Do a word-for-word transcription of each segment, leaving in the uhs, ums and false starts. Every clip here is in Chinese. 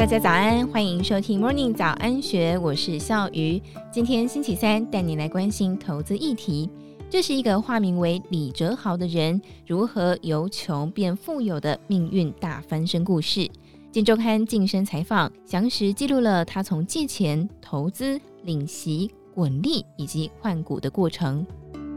大家早安，欢迎收听 Morning 早安学，我是笑瑜。今天星期三，带你来关心投资议题。这是一个化名为李哲豪的人如何由穷变富有的命运大翻身故事。今周刊近身采访详实记录了他从借钱、投资、领息、滚利以及换股的过程。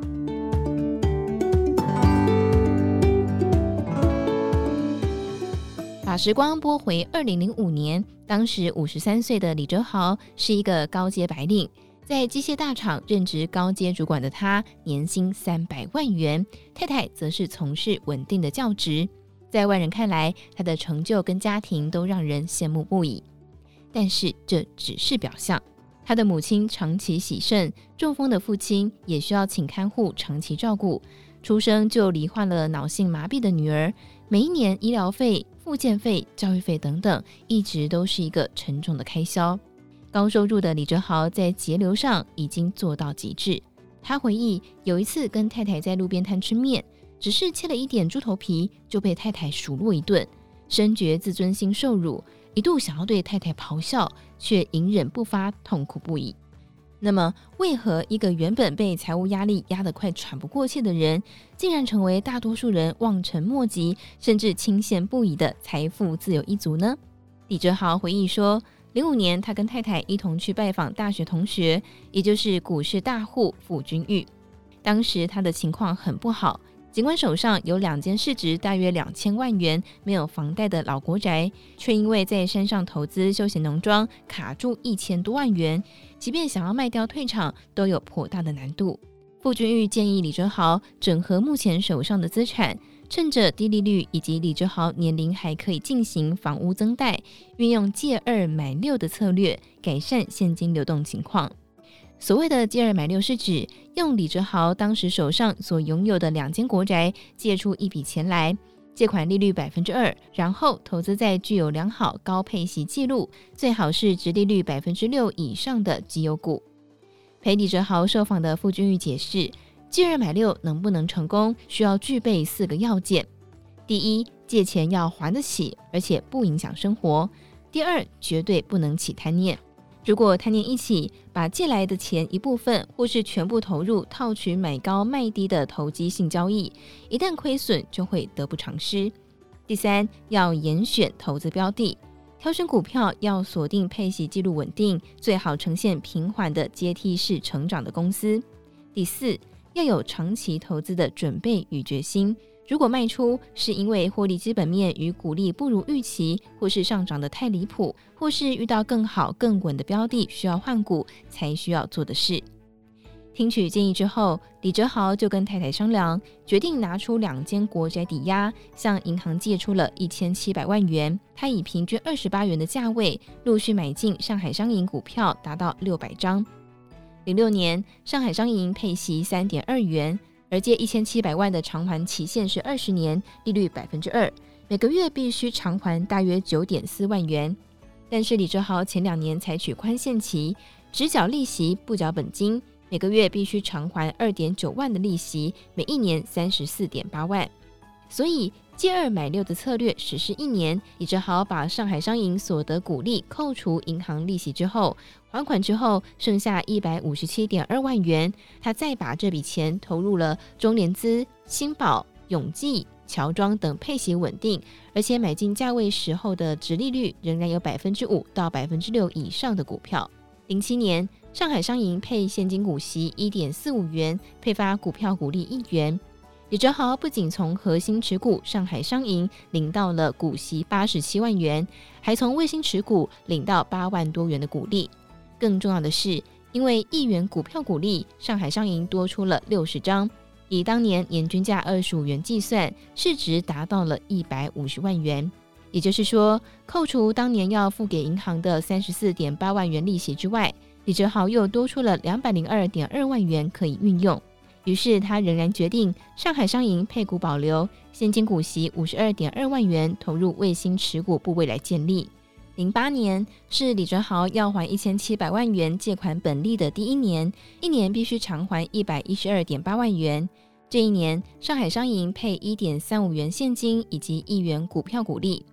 把时光拨回二零零五年，当时五十三岁的李哲豪是一个高阶白领，在机械大厂任职高阶主管的他，年薪三百万元，太太则是从事稳定的教职。在外人看来，他的成就跟家庭都让人羡慕不已。但是这只是表象，他的母亲长期洗肾，中风的父亲也需要请看护长期照顾，出生就罹患了脑性麻痹的女儿，每一年医疗费、复健费、教育费等等，一直都是一个沉重的开销。高收入的李哲豪在节流上已经做到极致。他回忆，有一次跟太太在路边摊吃面，只是切了一点猪头皮，就被太太数落一顿，深觉自尊心受辱，一度想要对太太咆哮，却隐忍不发，痛苦不已。那么，为何一个原本被财务压力压得快喘不过气的人，竟然成为大多数人望尘莫及，甚至倾羡不已的财富自由一族呢？李哲豪回忆说，零五年他跟太太一同去拜访大学同学，也就是股市大户傅君玉。当时他的情况很不好，尽管手上有两间市值大约两千万元没有房贷的老国宅，却因为在山上投资休闲农庄卡住一千多万元，即便想要卖掉退场都有颇大的难度。傅君玉建议李哲豪整合目前手上的资产，趁着低利率以及李哲豪年龄还可以进行房屋增贷，运用借二买六的策略改善现金流动情况。所谓的借二买六是指用李哲豪当时手上所拥有的两间国宅借出一笔钱来，借款利率 百分之二， 然后投资在具有良好高配息记录，最好是殖利率 百分之六 以上的绩优股。陪李哲豪受访的傅君玉解释，借二买六能不能成功，需要具备四个要件。第一，借钱要还得起，而且不影响生活。第二，绝对不能起贪念。如果贪念一起，把借来的钱一部分或是全部投入套取买高卖低的投机性交易，一旦亏损就会得不偿失。第三，要严选投资标的，挑选股票要锁定配息记录稳定，最好呈现平缓的阶梯式成长的公司。第四，要有长期投资的准备与决心，如果卖出是因为获利基本面与股利不如预期，或是上涨得太离谱，或是遇到更好更稳的标的需要换股，才需要做的事。听取建议之后，李哲豪就跟太太商量，决定拿出两间国宅抵押，向银行借出了一千七百万元。他以平均二十八元的价位，陆续买进上海商银股票，达到六百张。零六年，上海商银配息 三点二元，而借一千七百万的偿还期限是二十年，利率 百分之二， 每个月必须偿还大约 九点四万元。但是李哲豪前两年采取宽限期，只缴利息不缴本金，每个月必须偿还 二点九万的利息，每一年 三十四点八万。所以借二买六的策略实施一年，李哲豪把上海商银所得股利扣除银行利息之后，还款之后剩下 一百五十七点二万元，他再把这笔钱投入了中联资、新宝、永济、乔庄等配息稳定，而且买进价位时候的殖利率仍然有 百分之五 到 百分之六 以上的股票。零七年，上海商银配现金股息 一点四五元，配发股票股利一元。李哲豪不仅从核心持股上海商银领到了股息八十七万元，还从卫星持股领到八万多元的股利。更重要的是，因为一元股票股利，上海商银多出了六十张，以当年年均价二十五元计算，市值达到了一百五十万元。也就是说，扣除当年要付给银行的 三十四点八万元利息之外，李哲豪又多出了 两百零二点二万元可以运用。于是他仍然决定上海商银配股保留，现金股息 五十二点二万元投入卫星持股部位来建立。零八年是李哲豪要还一千七百万元借款本利的第一年，一年必须偿还 一百一十二点八万元。这一年，上海商银配 一点三五元现金以及一元股票股利。李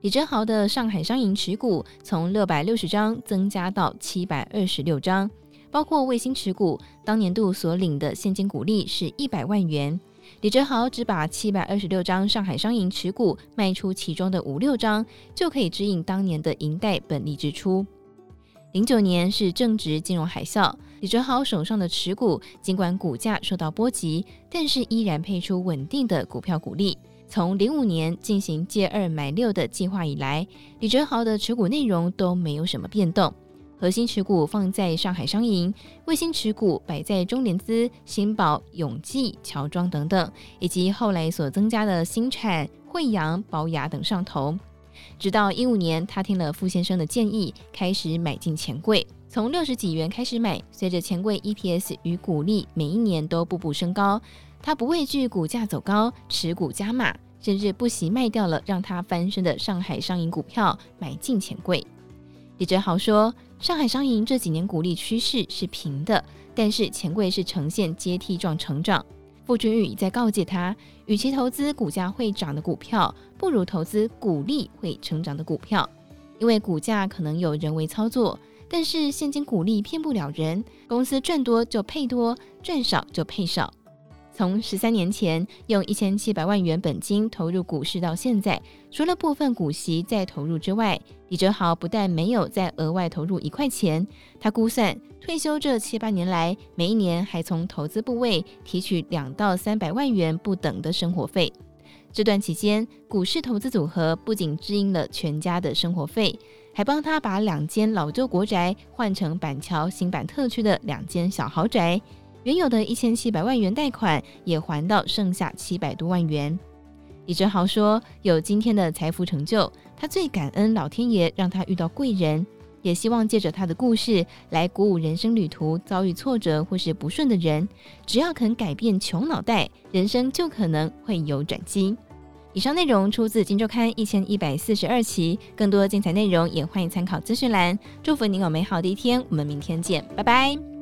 李哲豪的上海商银持股从六百六十张增加到七百二十六张，包括卫星持股，当年度所领的现金股利是一百万元。李哲豪只把七百二十六张上海商银持股卖出其中的五六张，就可以支应当年的银贷本利支出。零九年是正值金融海啸，李哲豪手上的持股尽管股价受到波及，但是依然配出稳定的股票股利。从零五年进行借二买六的计划以来，李哲豪的持股内容都没有什么变动，核心持股放在上海商银，卫星持股摆在中联资、新宝、永济、乔庄等等，以及后来所增加的新产、惠阳、宝雅等上头。直到一五年，他听了傅先生的建议，开始买进钱柜，从六十几元开始买，随着钱柜 E P S 与股利每一年都步步升高，他不畏惧股价走高，持股加码，甚至不惜卖掉了让他翻身的上海商银股票，买进钱柜。李哲豪说，上海商银这几年股利趋势是平的，但是钱柜是呈现阶梯状成长。傅君玉在告诫他，与其投资股价会涨的股票，不如投资股利会成长的股票，因为股价可能有人为操作，但是现金股利骗不了人，公司赚多就配多，赚少就配少。从十三年前用一千七百万元本金投入股市到现在，除了部分股息再投入之外，李哲豪不但没有再额外投入一块钱，他估算退休这七八年来，每一年还从投资部位提取两到三百万元不等的生活费。这段期间，股市投资组合不仅支应了全家的生活费，还帮他把两间老旧国宅换成板桥新板特区的两间小豪宅。原有的一千七百万元贷款也还到剩下七百多万元。李哲豪说，有今天的财富成就，他最感恩老天爷让他遇到贵人，也希望借着他的故事来鼓舞人生旅途遭遇挫折或是不顺的人，只要肯改变穷脑袋，人生就可能会有转机。以上内容出自《今周刊》一千一百四十二期，更多精彩内容也欢迎参考资讯栏。祝福您有美好的一天，我们明天见，拜拜。